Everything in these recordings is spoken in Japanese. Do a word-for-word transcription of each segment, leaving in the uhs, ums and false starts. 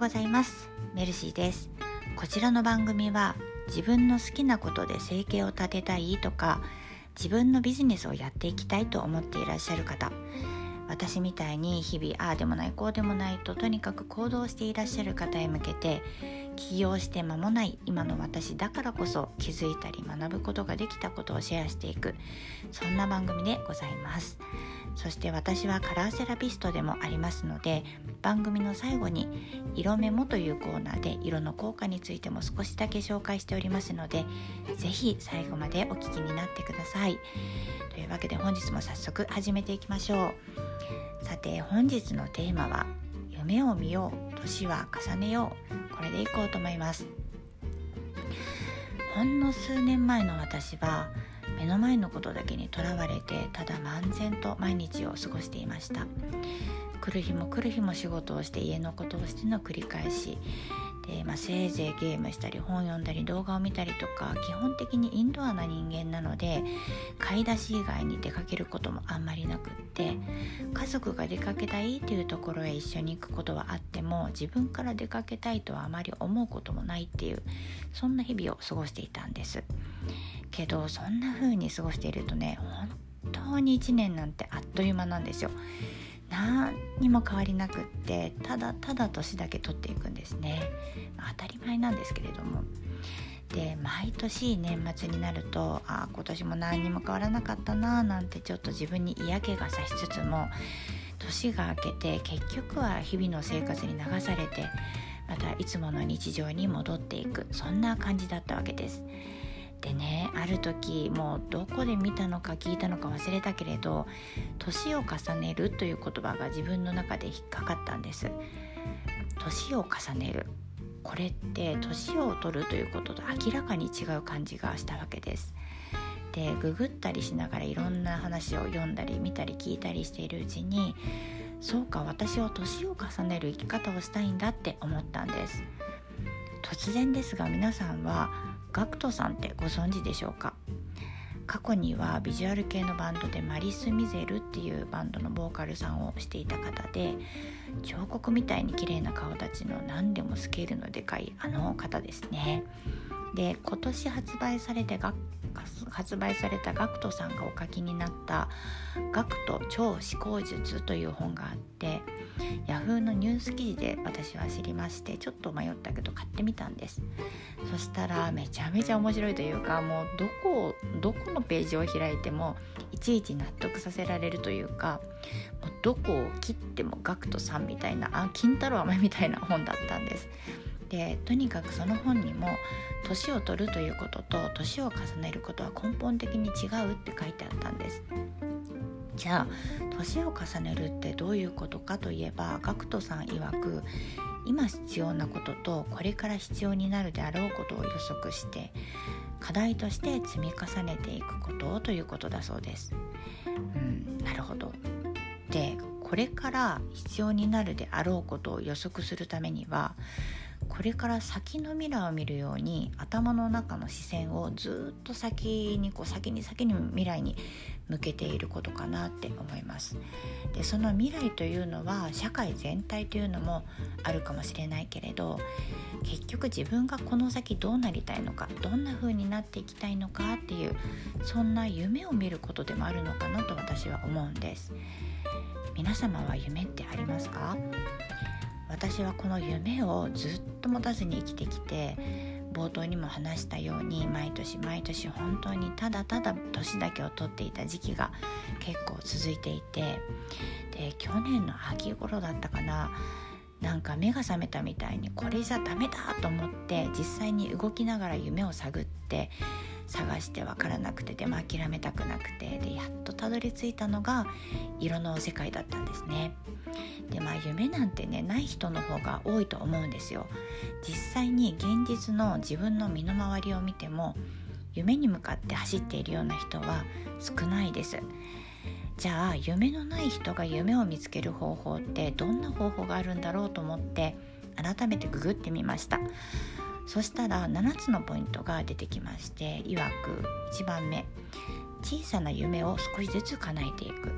ございます。メルシーです。こちらの番組は自分の好きなことで生計を立てたいとか、自分のビジネスをやっていきたいと思っていらっしゃる方、私みたいに日々ああでもないこうでもないととにかく行動していらっしゃる方へ向けて、起業して間もない今の私だからこそ気づいたり学ぶことができたことをシェアしていく、そんな番組でございます。そして私はカラーセラピストでもありますので、番組の最後に色メモというコーナーで色の効果についても少しだけ紹介しておりますので、ぜひ最後までお聞きになってください。というわけで本日も早速始めていきましょう。さて本日のテーマは夢を見よう、年は重ねよう、これでいこうと思います。ほんの数年前の私は目の前のことだけにとらわれて、ただ漫然と毎日を過ごしていました。来る日も来る日も仕事をして家のことをしての繰り返しで、まあ、せいぜいゲームしたり本読んだり動画を見たりとか、基本的にインドアな人間なので買い出し以外に出かけることもあんまりなくって、家族が出かけたいというところへ一緒に行くことはあっても、自分から出かけたいとはあまり思うこともないっていう、そんな日々を過ごしていたんですけど、そんな風に過ごしているとね、本当にいちねんなんてあっという間なんですよ。何にも変わりなくって、ただただ年だけ取っていくんですね。まあ、当たり前なんですけれども、で毎年年末になると、あ今年も何にも変わらなかったななんてちょっと自分に嫌気がさしつつも、年が明けて結局は日々の生活に流されて、またいつもの日常に戻っていく、そんな感じだったわけです。でね、ある時もうどこで見たのか聞いたのか忘れたけれど、年を重ねるという言葉が自分の中で引っかかったんです。年を重ねる、これって年を取るということと明らかに違う感じがしたわけです。でググったりしながらいろんな話を読んだり見たり聞いたりしているうちに、そうか、私は年を重ねる生き方をしたいんだって思ったんです。突然ですが、皆さんはガクトさんってご存知でしょうか？過去にはビジュアル系のバンドでマリス・ミゼルっていうバンドのボーカルさんをしていた方で、彫刻みたいに綺麗な顔立ちの何でもスケールのでかいあの方ですね。で今年発売されてガ発売されたガクトさんがお書きになったガクト超思考術という本があって、ヤフーのニュース記事で私は知りまして、ちょっと迷ったけど買ってみたんです。そしたらめちゃめちゃ面白いというか、もうどこをどこのページを開いてもいちいち納得させられるというか、もうどこを切ってもガクトさんみたいな、あ金太郎飴みたいな本だったんです。でとにかくその本にも、年を取るということと年を重ねることは根本的に違うって書いてあったんです。じゃあ年を重ねるってどういうことかといえば、ガクトさん曰く、今必要なこととこれから必要になるであろうことを予測して課題として積み重ねていくことということだそうです。うん、なるほど。でこれから必要になるであろうことを予測するためには、これから先の未来を見るように頭の中の視線をずっと先にこう先に先に未来に向けていることかなって思います。でその未来というのは社会全体というのもあるかもしれないけれど、結局自分がこの先どうなりたいのか、どんな風になっていきたいのかっていう、そんな夢を見ることでもあるのかなと私は思うんです。皆様は夢ってありますか？私はこの夢をずっと持たずに生きてきて、冒頭にも話したように毎年毎年本当にただただ年だけを取っていた時期が結構続いていて、で去年の秋頃だったかな、なんか目が覚めたみたいに、これじゃダメだと思って実際に動きながら夢を探って探して分からなくて、でも諦めたくなくて、でやっとたどり着いたのが色の世界だったんですね。でまあ夢なんてね、ない人の方が多いと思うんですよ。実際に現実の自分の身の回りを見ても、夢に向かって走っているような人は少ないです。じゃあ夢のない人が夢を見つける方法ってどんな方法があるんだろうと思って改めてググってみました。そしたらななつのポイントが出てきまして、いわくいちばんめ、小さな夢を少しずつ叶えていく。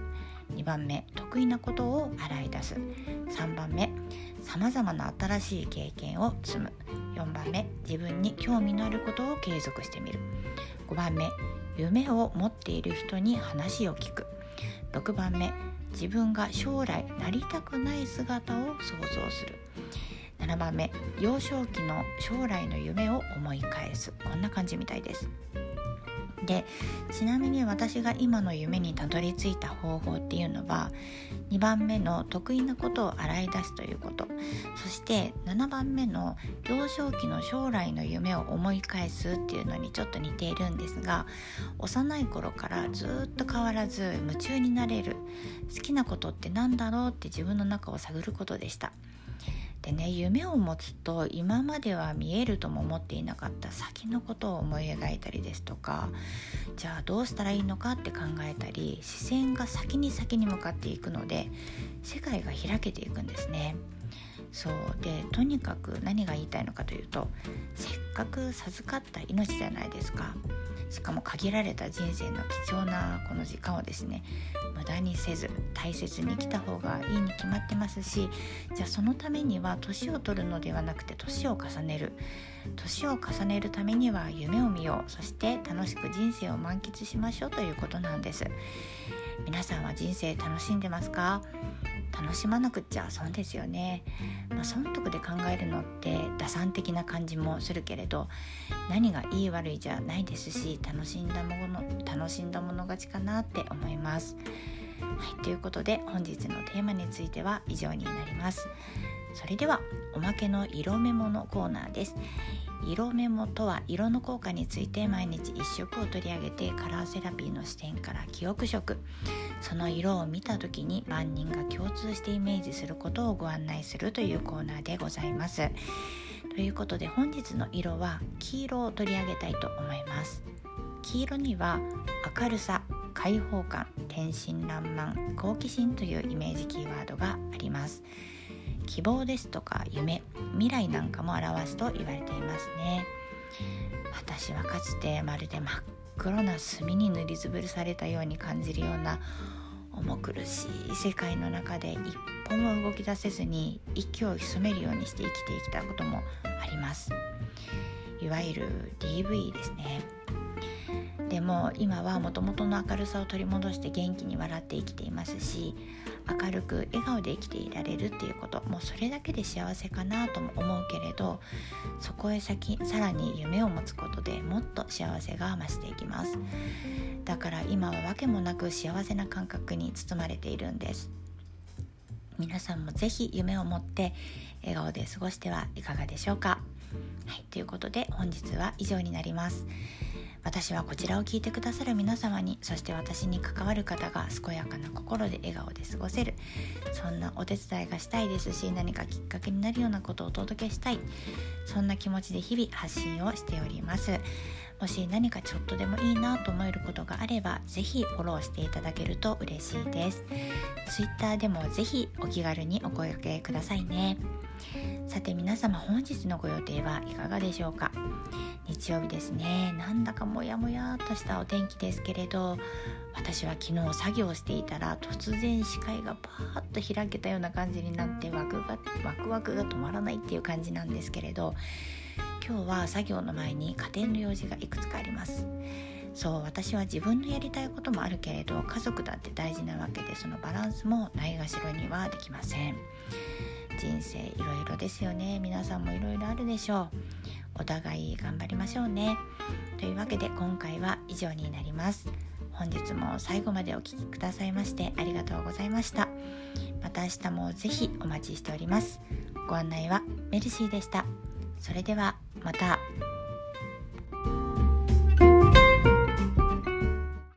にばんめ、得意なことを洗い出す。さんばんめ、さまざまな新しい経験を積む。よんばんめ、自分に興味のあることを継続してみる。ごばんめ、夢を持っている人に話を聞く。ろくばんめ、自分が将来なりたくない姿を想像する。ななばんめ、幼少期の将来の夢を思い返す。こんな感じみたいです。で、ちなみに私が今の夢にたどり着いた方法っていうのは、にばんめの得意なことを洗い出すということ、そしてななばんめの幼少期の将来の夢を思い返すっていうのにちょっと似ているんですが、幼い頃からずっと変わらず夢中になれる、好きなことってなんだろうって自分の中を探ることでした。でね、夢を持つと今までは見えるとも思っていなかった先のことを思い描いたりですとか、じゃあどうしたらいいのかって考えたり、視線が先に先に向かっていくので世界が開けていくんですね。そうで、とにかく何が言いたいのかというと、せっかく授かった命じゃないですか。しかも限られた人生の貴重なこの時間をですね、無駄にせず大切に生きた方がいいに決まってますし、じゃあそのためには年を取るのではなくて年を重ねる年を重ねるためには夢を見よう、そして楽しく人生を満喫しましょうということなんです。皆さんは人生楽しんでますか？楽しまなくっちゃ損ですよね。まあ、損得で考えるのって打算的な感じもするけれど、何がいい悪いじゃないですし、楽しんだもの楽しんだもの勝ちかなって思います。はい、ということで本日のテーマについては以上になります。それではおまけの色メモのコーナーです。色メモとは色の効果について毎日一色を取り上げて、カラーセラピーの視点から記憶色、その色を見た時に万人が共通してイメージすることをご案内するというコーナーでございます。ということで本日の色は黄色を取り上げたいと思います。黄色には明るさ、開放感、天真爛漫、好奇心というイメージキーワードがあります。希望ですとか夢、未来なんかも表すと言われていますね。私はかつてまるで真っ黒な墨に塗りつぶされたように感じるような重苦しい世界の中で一歩も動き出せずに息を潜めるようにして生きてきたこともあります。いわゆる ディーブイ ですね。でも今は元々の明るさを取り戻して元気に笑って生きていますし、明るく笑顔で生きていられるっていうこと、もうそれだけで幸せかなとも思うけれど、そこへ先さらに夢を持つことでもっと幸せが増していきます。だから今は訳もなく幸せな感覚に包まれているんです。皆さんもぜひ夢を持って笑顔で過ごしてはいかがでしょうか。はい、ということで本日は以上になります。私はこちらを聞いてくださる皆様に、そして私に関わる方が健やかな心で笑顔で過ごせる、そんなお手伝いがしたいですし、何かきっかけになるようなことをお届けしたい、そんな気持ちで日々発信をしております。もし何かちょっとでもいいなと思えることがあれば、ぜひフォローしていただけると嬉しいです。ツイッターでもぜひお気軽にお声掛けくださいね。さて皆様、本日のご予定はいかがでしょうか。日曜日ですね。なんだかもやもやっとしたお天気ですけれど、私は昨日作業していたら突然視界がパーッと開けたような感じになってワクがワクワクが止まらないっていう感じなんですけれど、今日は作業の前に家庭の用事がいくつかあります。そう、私は自分のやりたいこともあるけれど、家族だって大事なわけで、そのバランスもないがしろにはできません。人生いろいろですよね。皆さんもいろいろあるでしょう。お互い頑張りましょうね。というわけで今回は以上になります。本日も最後までお聞きくださいましてありがとうございました。また明日もぜひお待ちしております。ご案内はメルシーでした。それではまた。